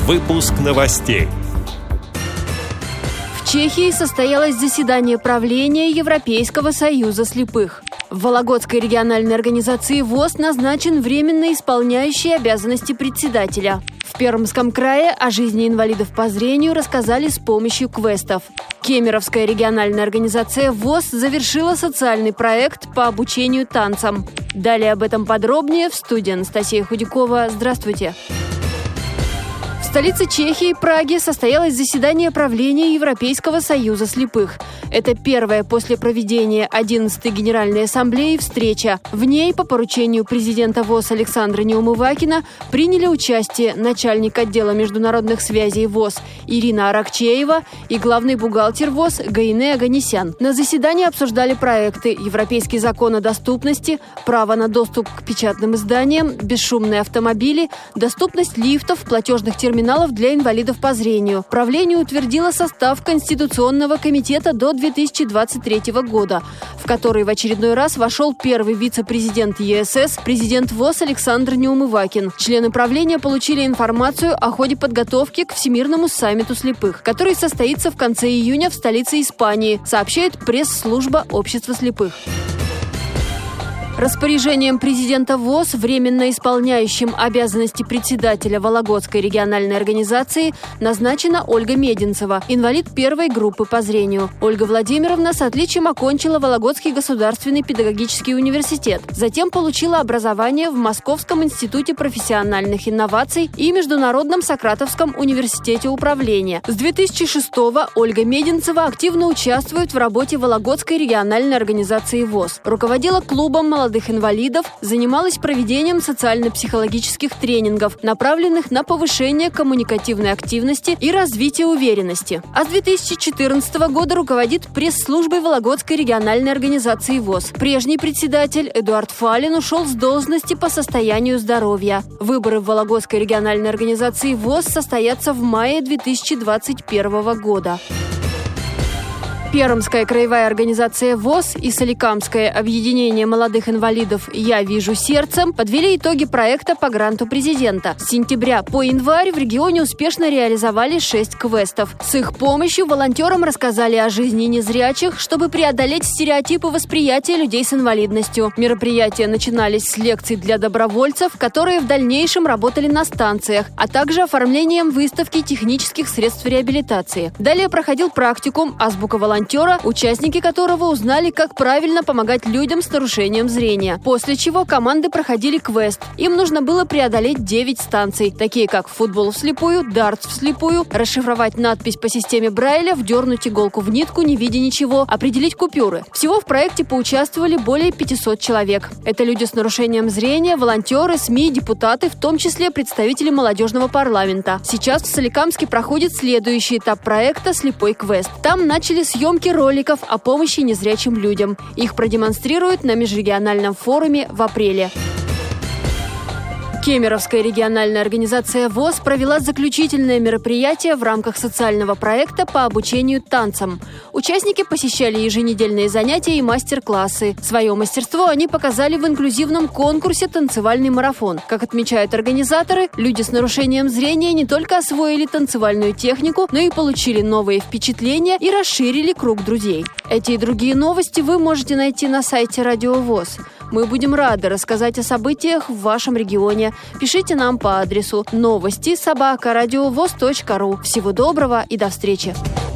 Выпуск новостей. В Чехии состоялось заседание правления Европейского союза слепых. В Вологодской региональной организации ВОС назначен временно исполняющий обязанности председателя. В Пермском крае о жизни инвалидов по зрению рассказали с помощью квестов. Кемеровская региональная организация ВОС завершила социальный проект по обучению танцам. Далее об этом подробнее в студии Анастасия Худякова. Здравствуйте! В столице Чехии, Праге, состоялось заседание правления Европейского союза слепых. Это первая после проведения 11-й Генеральной ассамблеи встреча. В ней по поручению президента ВОС Александра Неумывакина приняли участие начальник отдела международных связей ВОС Ирина Аракчеева и главный бухгалтер ВОС Гаине Аганесян. На заседании обсуждали проекты «Европейский закон о доступности», «Право на доступ к печатным изданиям», «Бесшумные автомобили», «Доступность лифтов», «Платежных терминалов для инвалидов по зрению». Правление утвердило состав Конституционного комитета до 2023 года, в который в очередной раз вошел первый вице-президент ЕСС, президент ВОС Александр Неумывакин. Члены правления получили информацию о ходе подготовки к Всемирному саммиту слепых, который состоится в конце июня в столице Испании, сообщает пресс-служба Общества слепых. Распоряжением президента ВОС, временно исполняющим обязанности председателя Вологодской региональной организации, назначена Ольга Мединцева, инвалид первой группы по зрению. Ольга Владимировна с отличием окончила Вологодский государственный педагогический университет. Затем получила образование в Московском институте профессиональных инноваций и Международном Сократовском университете управления. С 2006-го Ольга Мединцева активно участвует в работе Вологодской региональной организации ВОС. Руководила клубом молодых инвалидов, занималась проведением социально-психологических тренингов, направленных на повышение коммуникативной активности и развитие уверенности. А с 2014 года руководит пресс-службой Вологодской региональной организации ВОС. Прежний председатель Эдуард Фалин ушел с должности по состоянию здоровья. Выборы в Вологодской региональной организации ВОС состоятся в мае 2021 года. Пермская краевая организация ВОС и Соликамское объединение молодых инвалидов «Я вижу сердцем» подвели итоги проекта по гранту президента. С сентября по январь в регионе успешно реализовали 6 квестов. С их помощью волонтерам рассказали о жизни незрячих, чтобы преодолеть стереотипы восприятия людей с инвалидностью. Мероприятия начинались с лекций для добровольцев, которые в дальнейшем работали на станциях, а также оформлением выставки технических средств реабилитации. Далее проходил практикум «Азбука волонтера», участники которого узнали, как правильно помогать людям с нарушением зрения. После чего команды проходили квест. Им нужно было преодолеть 9 станций, такие как футбол вслепую, дартс вслепую, расшифровать надпись по системе Брайля, вдернуть иголку в нитку, не видя ничего, определить купюры. Всего в проекте поучаствовали более 500 человек. Это люди с нарушением зрения, волонтеры, СМИ, депутаты, в том числе представители молодежного парламента. Сейчас в Соликамске проходит следующий этап проекта «Слепой квест». Там начали съемки роликов о помощи незрячим людям. Их продемонстрируют на межрегиональном форуме в апреле. Кемеровская региональная организация ВОС провела заключительное мероприятие в рамках социального проекта по обучению танцам. Участники посещали еженедельные занятия и мастер-классы. Свое мастерство они показали в инклюзивном конкурсе «Танцевальный марафон». Как отмечают организаторы, люди с нарушением зрения не только освоили танцевальную технику, но и получили новые впечатления и расширили круг друзей. Эти и другие новости вы можете найти на сайте Радио ВОС. Мы будем рады рассказать о событиях в вашем регионе. Пишите нам по адресу новости@радиовос.ру. Всего доброго и до встречи!